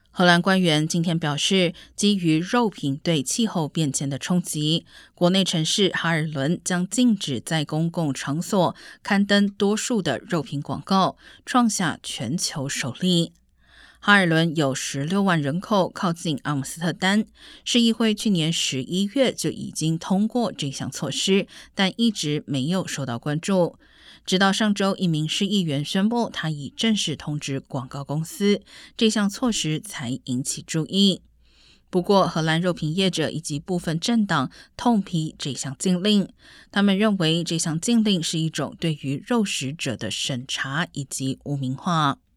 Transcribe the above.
荷兰官员今天表示，基于肉品对气候变迁的冲击，国内城市哈尔伦将禁止在公共场所刊登多数的肉品广告，创下全球首例。哈尔伦有16万人口，靠近阿姆斯特丹。市议会去年11月就已经通过这项措施，但一直没有受到关注。直到上周，一名市议员宣布他已正式通知广告公司，这项措施才引起注意。不过，荷兰肉品业者以及部分政党痛批这项禁令，他们认为这项禁令是一种对于肉食者的审查以及污名化。